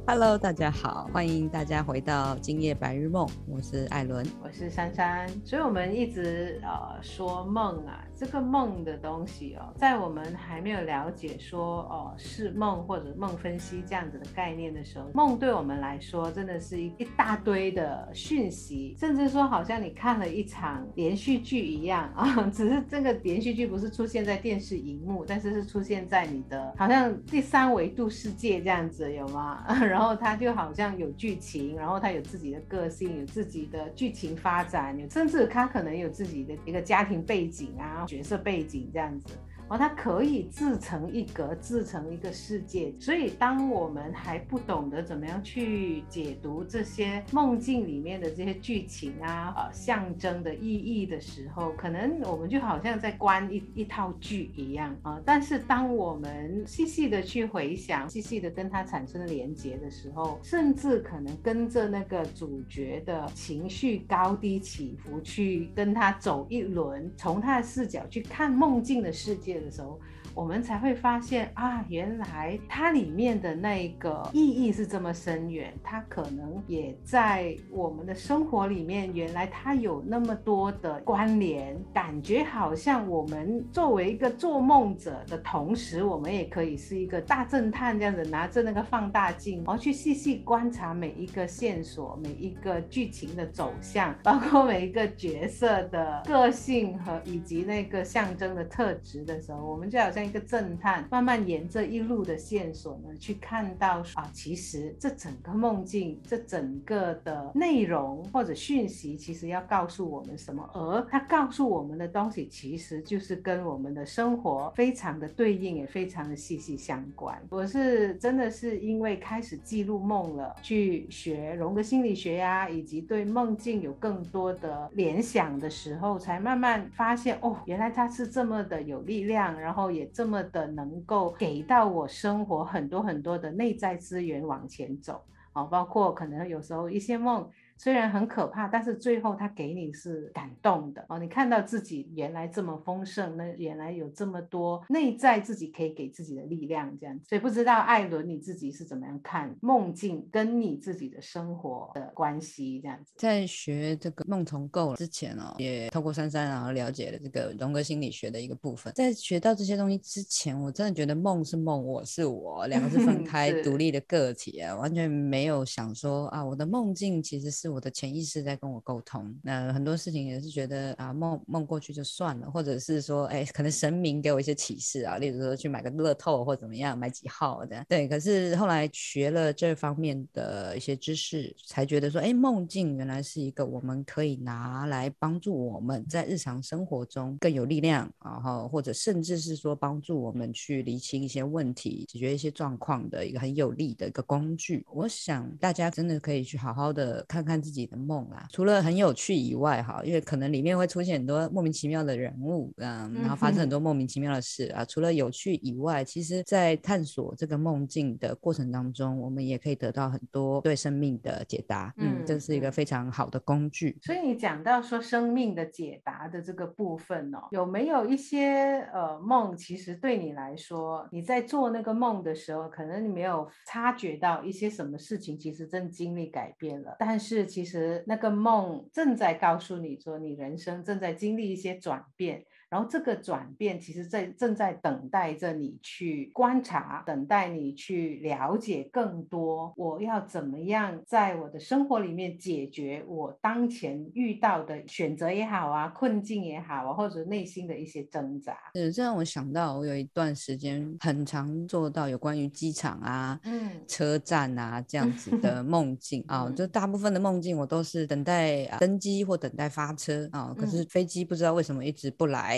Hello，大家好，欢迎大家回到今夜白日梦，我是艾伦， 我是珊珊。所以我们一直说梦啊，这个梦的东西在我们还没有了解说是梦或者梦分析这样子的概念的时候，梦对我们来说真的是一大堆的讯息，甚至说好像你看了一场连续剧一样啊，只是这个连续剧不是出现在电视荧幕，但是出现在你的好像第三维度世界这样子，有吗？然后它就好像有剧情，然后它有自己的个性，有自己的剧情发展，甚至它可能有自己的一个家庭背景啊，角色背景这样子。它可以自成一格，自成一个世界。所以当我们还不懂得怎么样去解读这些梦境里面的这些剧情啊，象征的意义的时候，可能我们就好像在观一套剧一样啊。但是当我们细细的去回想，细细的跟它产生连结的时候，甚至可能跟着那个主角的情绪高低起伏去跟他走一轮，从他的视角去看梦境的世界的时候，我们才会发现啊，原来它里面的那个意义是这么深远，它可能也在我们的生活里面，原来它有那么多的关联，感觉好像我们作为一个做梦者的同时，我们也可以是一个大侦探这样子，拿着那个放大镜，然后去细细观察每一个线索，每一个剧情的走向，包括每一个角色的个性和以及那个象征的特质的时候，我们就好像一个侦探，慢慢沿着一路的线索呢，去看到其实这整个梦境，这整个的内容或者讯息，其实要告诉我们什么，而它告诉我们的东西，其实就是跟我们的生活非常的对应，也非常的息息相关。我是真的是因为开始记录梦了，去学荣格心理学呀，以及对梦境有更多的联想的时候，才慢慢发现原来它是这么的有力量，然后也这么的能够给到我生活很多很多的内在资源往前走。包括可能有时候一些梦虽然很可怕，但是最后它给你是感动的你看到自己原来这么丰盛，那原来有这么多内在自己可以给自己的力量这样。所以不知道艾伦你自己是怎么样看梦境跟你自己的生活的关系这样子。 在学这个梦重构之前也透过珊珊然后了解了这个荣格心理学的一个部分。在学到这些东西之前，我真的觉得梦是梦，我是我，两个是分开独立的个体完全没有想说我的梦境其实是我的潜意识在跟我沟通。那很多事情也是觉得梦过去就算了，或者是说可能神明给我一些启示例如说去买个乐透或怎么样，买几号的。对，可是后来学了这方面的一些知识，才觉得说梦境原来是一个我们可以拿来帮助我们在日常生活中更有力量，然后或者甚至是说帮助我们去厘清一些问题，解决一些状况的一个很有力的一个工具。我想大家真的可以去好好的看看自己的梦除了很有趣以外因为可能里面会出现很多莫名其妙的人物然后发生很多莫名其妙的事除了有趣以外，其实在探索这个梦境的过程当中，我们也可以得到很多对生命的解答这是一个非常好的工具。 所以你讲到说生命的解答的这个部分有没有一些梦其实对你来说，你在做那个梦的时候，可能你没有察觉到一些什么事情其实正经历改变了，但是其实那个梦正在告诉你说你人生正在经历一些转变，然后这个转变其实正在等待着你去观察，等待你去了解更多，我要怎么样在我的生活里面解决我当前遇到的选择也好困境也好或者内心的一些挣扎。 这让我想到我有一段时间很常做到有关于机场车站这样子的梦境就大部分的梦境我都是等待登机或等待发车可是飞机不知道为什么一直不来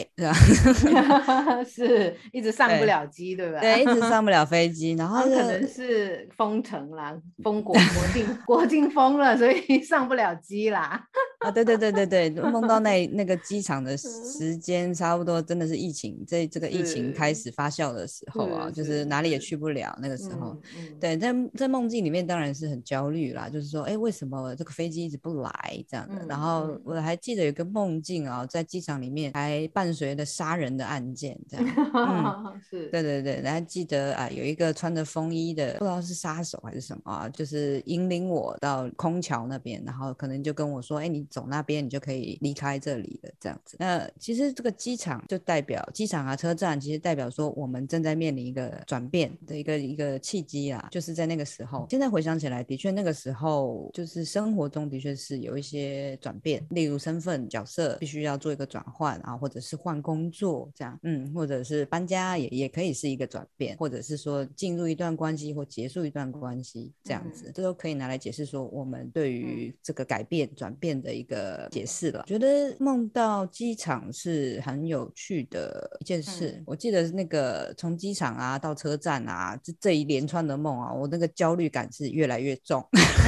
是一直上不了机 对吧？ 对，一直上不了飞机，然后可能是封城啦，封国境封了，所以上不了机啦啊，对对对对对，梦到那个机场的时间，差不多真的是疫情，这个疫情开是始发酵的时候啊， 是就是哪里也是是， 去不了那个时候。 嗯， 对，在梦境里面当然是很焦虑啦，就是说，哎，为什么这个飞机一直不来这样的？然后我还记得有个梦境啊，在机场里面还伴随着杀人的案件这样。嗯， 是， 对对对，然后记得啊，有一个穿着风衣的，不知道是杀手还是什么啊，就是引领我到空桥那边，然后可能就跟我说，哎，你走那边，你就可以离开这里了，这样子。那其实这个机场就代表机场啊，车站，其实代表说我们正在面临一个转变的一个契机啦，就是在那个时候。现在回想起来，的确那个时候就是生活中的确是有一些转变，例如身份角色必须要做一个转换啊，或者是换工作这样，或者是搬家也可以是一个转变，或者是说进入一段关系或结束一段关系这样子，这都可以拿来解释说我们对于这个改变转变的一个解释了。觉得梦到机场是很有趣的一件事，我记得那个从机场啊到车站啊这一连串的梦啊，我那个焦虑感是越来越重。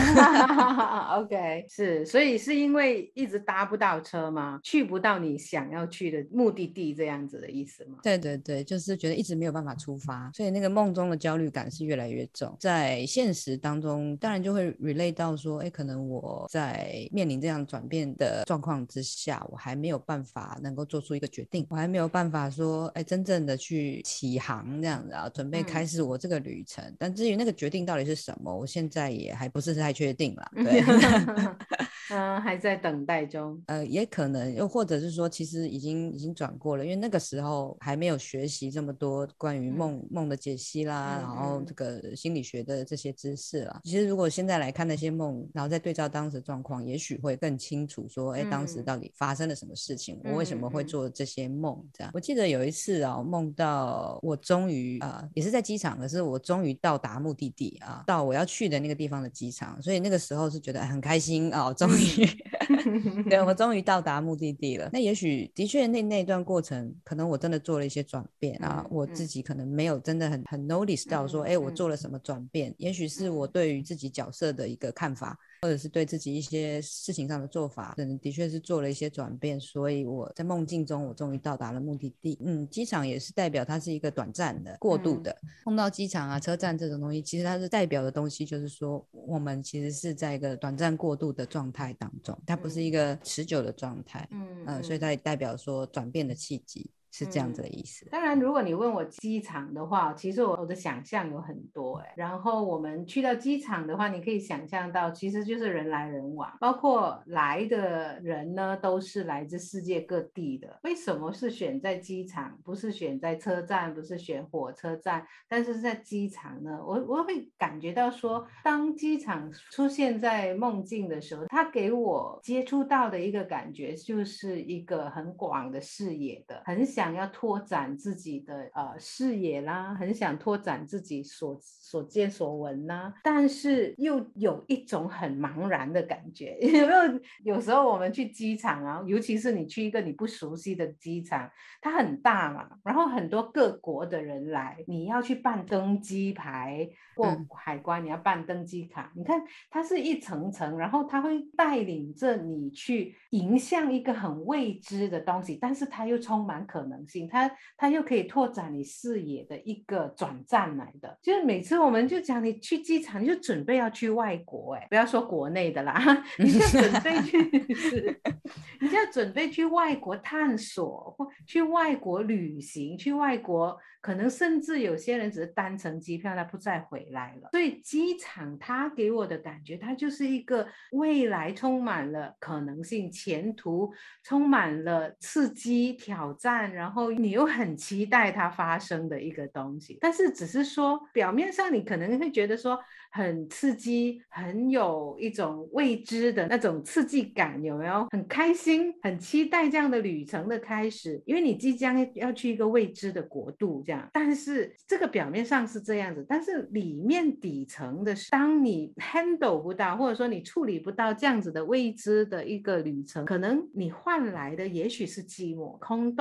OK，是，所以是因为一直搭不到车吗？去不到你想要去的目的地，这样子的意思吗？ 对对对，就是觉得一直没有办法出发，所以那个梦中的焦虑感是越来越重。在现实当中，当然就会 relate 到说，哎，可能我在面临这样转变的状况之下，我还没有办法能够做出一个决定，我还没有办法说，哎，真正的去起航这样子啊，准备开始我这个旅程。但至于那个决定到底是什么，我现在也还不是太确定啦。对。 还在等待中。 也可能，又或者是说，其实已经转过了，因为那个时候还没有学习这么多关于梦的解析啦，然后这个心理学的这些知识啦。其实如果现在来看那些梦，然后再对照当时状况，也许会更清楚说，哎，当时到底发生了什么事情，我为什么会做这些梦？这样，我记得有一次啊，梦到我终于也是在机场，可是我终于到达目的地啊，到我要去的那个地方的机场，所以那个时候是觉得很开心啊，终于。对，我终于到达目的地了。那也许的确那段过程，可能我真的做了一些转变啊，我自己可能没有真的很 notice 到说，哎，我做了什么转变。也许是我对于自己角色的一个看法，或者是对自己一些事情上的做法，可能的确是做了一些转变。所以我在梦境中，我终于到达了目的地。机场也是代表它是一个短暂的、过渡的。碰到机场啊、车站这种东西，其实它是代表的东西，就是说我们其实是在一个短暂过渡的状态当中，它不是一个持久的状态。所以它也代表说转变的契机。是这样子的意思。 当然，如果你问我机场的话，其实我的想象有很多哎。然后我们去到机场的话，你可以想象到，其实就是人来人往，包括来的人呢，都是来自世界各地的。为什么是选在机场，不是选在车站，不是选火车站，但是在机场呢？我会感觉到说，当机场出现在梦境的时候，它给我接触到的一个感觉，就是一个很广的视野的，很想要拓展自己的视野啦，很想拓展自己所见所闻啦，但是又有一种很茫然的感觉。有没有？有时候我们去机场啊，尤其是你去一个你不熟悉的机场，它很大嘛，然后很多各国的人来，你要去办登机牌，过海关你要办登机卡，你看它是一层层，然后它会带领着你去迎向一个很未知的东西，但是它又充满可能性，它又可以拓展你视野的一个转站来的。就是每次我们就讲你去机场，你就准备要去外国，不要说国内的啦，你就准备去是，你就要准备去外国探索，或去外国旅行，去外国可能甚至有些人只是单程机票，他不再回来了。所以机场它给我的感觉，它就是一个未来充满了可能性，前途充满了刺激挑战，然后你又很期待它发生的一个东西。但是只是说表面上你可能会觉得说很刺激，很有一种未知的那种刺激感，有没有？很开心，很期待这样的旅程的开始，因为你即将要去一个未知的国度这样。但是这个表面上是这样子，但是里面底层的是，当你 handle 不到，或者说你处理不到这样子的未知的一个旅程，可能你换来的也许是寂寞空洞，也许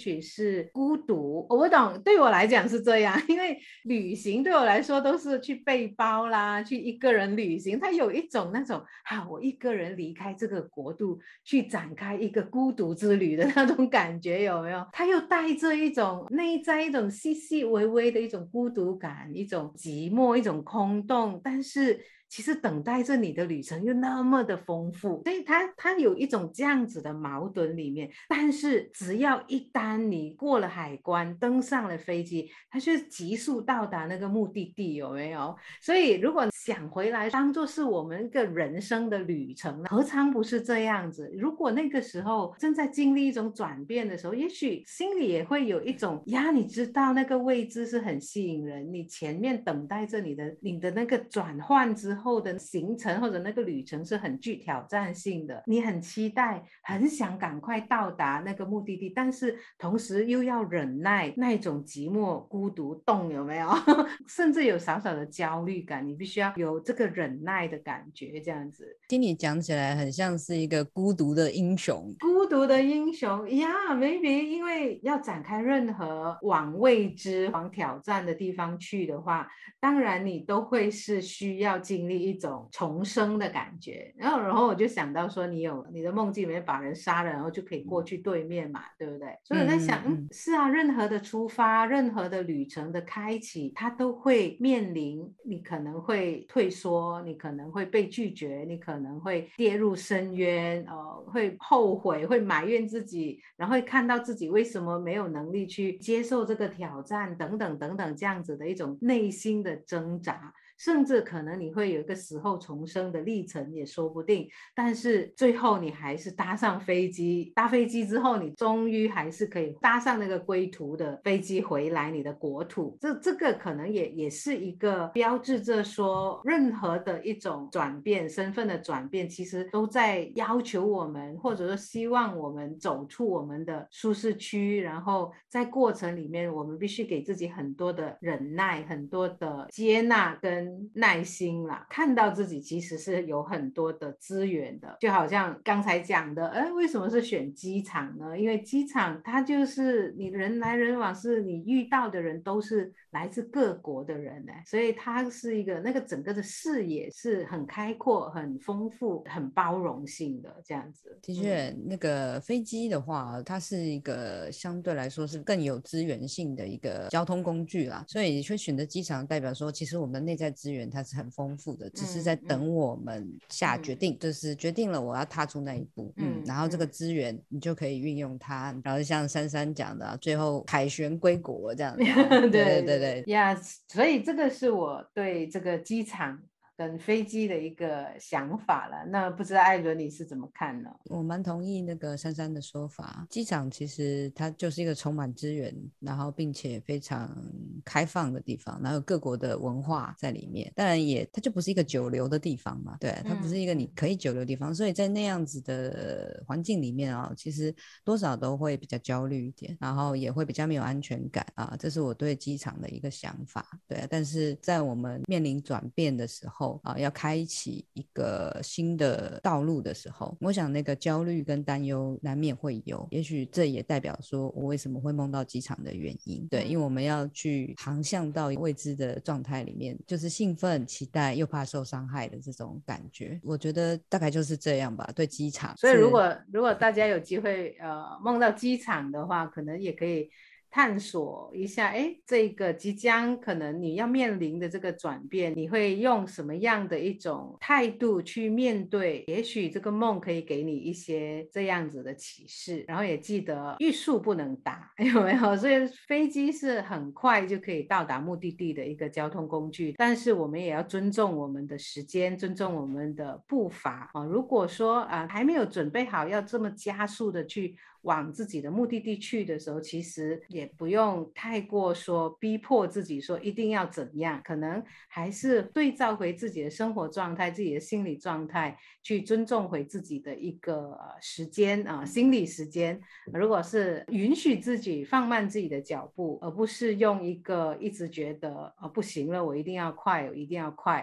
许是孤独，我懂，对我来讲是这样，因为旅行对我来说都是去背包啦，去一个人旅行，它有一种那种我一个人离开这个国度去展开一个孤独之旅的那种感觉，有没有？它又带着一种内在一种细细微微的一种孤独感，一种寂寞，一种空洞，但是其实等待着你的旅程又那么的丰富，所以它有一种这样子的矛盾里面。但是只要一旦你过了海关，登上了飞机，它就急速到达那个目的地，有没有？所以如果想回来当做是我们一个人生的旅程，何尝不是这样子？如果那个时候正在经历一种转变的时候，也许心里也会有一种你知道那个未知是很吸引人，你前面等待着你的那个转换之后的行程或者那个旅程是很具挑战性的，你很期待，很想赶快到达那个目的地，但是同时又要忍耐那种寂寞孤独冻，有没有？甚至有少少的焦虑感，你必须要有这个忍耐的感觉，这样子。 听你讲起来很像是一个孤独的英雄。 孤独的英雄呀，maybe 因为要展开任何往未知、往挑战的地方去的话，当然你都会是需要经历一种重生的感觉。然后我就想到说，你有你的梦境里面把人杀了，然后就可以过去对面嘛，对不对？所以我在想，是啊，任何的出发，任何的旅程的开启，它都会面临你可能会退缩，你可能会被拒绝，你可能会跌入深渊，会后悔，会埋怨自己，然后会看到自己为什么没有能力去接受这个挑战，等等等等，这样子的一种内心的挣扎。甚至可能你会有一个死后重生的历程也说不定，但是最后你还是搭上飞机，搭飞机之后你终于还是可以搭上那个归途的飞机回来你的国土，这个可能也是一个标志着说任何的一种转变，身份的转变其实都在要求我们，或者说希望我们走出我们的舒适区，然后在过程里面我们必须给自己很多的忍耐，很多的接纳跟耐心啦，看到自己其实是有很多的资源的，就好像刚才讲的，为什么是选机场呢？因为机场它就是你人来人往，是你遇到的人都是来自各国的人呢，所以它是一个那个整个的视野是很开阔、很丰富、很包容性的这样子。 的确，那个飞机的话，它是一个相对来说是更有资源性的一个交通工具啦，所以会选择机场，代表说其实我们的内在资源它是很丰富的，只是在等我们下决定，就是决定了我要踏出那一步，然后这个资源你就可以运用它，然后像珊珊讲的，最后凯旋归国这样子。对对对对呀，所以这个是我对这个机场跟飞机的一个想法了。那不知道艾伦你是怎么看呢？ 我蛮同意那个珊珊的说法，机场其实它就是一个充满资源，然后并且非常开放的地方，然后有各国的文化在里面。当然它就不是一个久留的地方嘛，对，它不是一个你可以久留的地方，所以在那样子的环境里面其实多少都会比较焦虑一点，然后也会比较没有安全感啊，这是我对机场的一个想法。对，但是在我们面临转变的时候要开启一个新的道路的时候，我想那个焦虑跟担忧难免会有，也许这也代表说我为什么会梦到机场的原因。对，因为我们要去航向到未知的状态里面，就是兴奋、期待又怕受伤害的这种感觉。我觉得大概就是这样吧，对机场。 所以如果大家有机会梦到机场的话，可能也可以探索一下，这个即将可能你要面临的这个转变，你会用什么样的一种态度去面对？也许这个梦可以给你一些这样子的启示，然后也记得欲速不能达，有没有？所以飞机是很快就可以到达目的地的一个交通工具，但是我们也要尊重我们的时间，尊重我们的步伐如果说还没有准备好要这么加速的去往自己的目的地去的时候，其实也不用太过说逼迫自己说一定要怎样，可能还是对照回自己的生活状态、自己的心理状态，去尊重回自己的一个时间心理时间。如果是允许自己放慢自己的脚步，而不是用一个一直觉得不行了，我一定要快，我一定要快。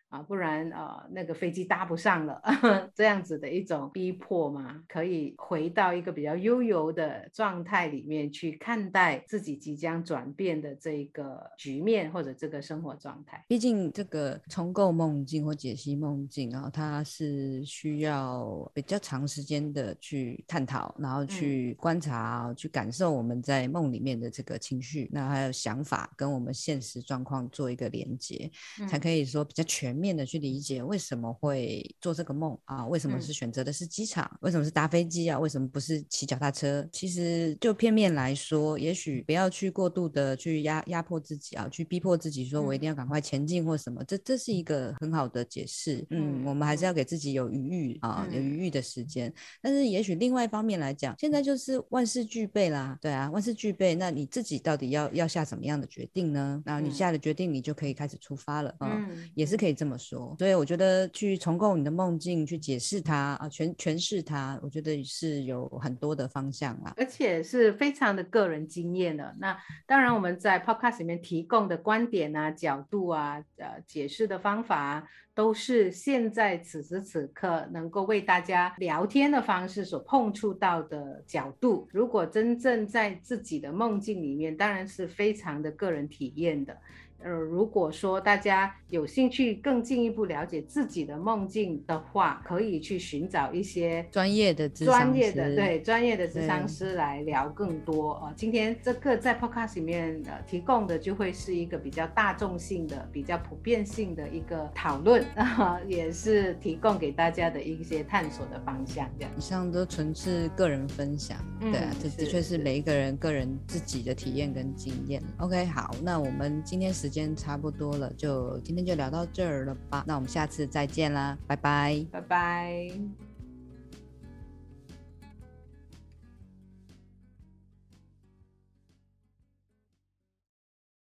不然那个飞机搭不上了这样子的一种逼迫嘛，可以回到一个比较悠游的状态里面去看待自己即将转变的这个局面或者这个生活状态。 毕竟这个重构梦境或解析梦境它是需要比较长时间的去探讨，然后去观察，去感受我们在梦里面的这个情绪，那还有想法跟我们现实状况做一个连接，才可以说比较全面的去理解为什么会做这个梦为什么是选择的是机场，为什么是搭飞机为什么不是骑脚踏车。其实就片面来说，也许不要去过度的去压迫自己去逼迫自己说我一定要赶快前进或什么，这是一个很好的解释。我们还是要给自己有余裕有余裕的时间。但是也许另外一方面来讲，现在就是万事俱备啦，对万事俱备，那你自己到底要下什么样的决定呢？然后你下了决定，你就可以开始出发了也是可以这么说。所以我觉得去重构你的梦境，去解释它诠释它，我觉得是有很多的方向啦， 而且是非常的个人经验的。那当然我们在 podcast 里面提供的观点角度解释的方法都是现在此时此刻能够为大家聊天的方式所碰触到的角度。如果真正在自己的梦境里面，当然是非常的个人体验的。如果说大家有兴趣更进一步了解自己的梦境的话，可以去寻找一些专业的咨商师， 专业的咨商师来聊更多今天这个在 podcast 里面提供的就会是一个比较大众性的、比较普遍性的一个讨论也是提供给大家的一些探索的方向。这样以上都纯是个人分享对这的确是每一个人个人自己的体验跟经验。 OK， 好，那我们今天时间差不多了，就今天就聊到这儿了吧，那我们下次再见啦，拜拜拜拜。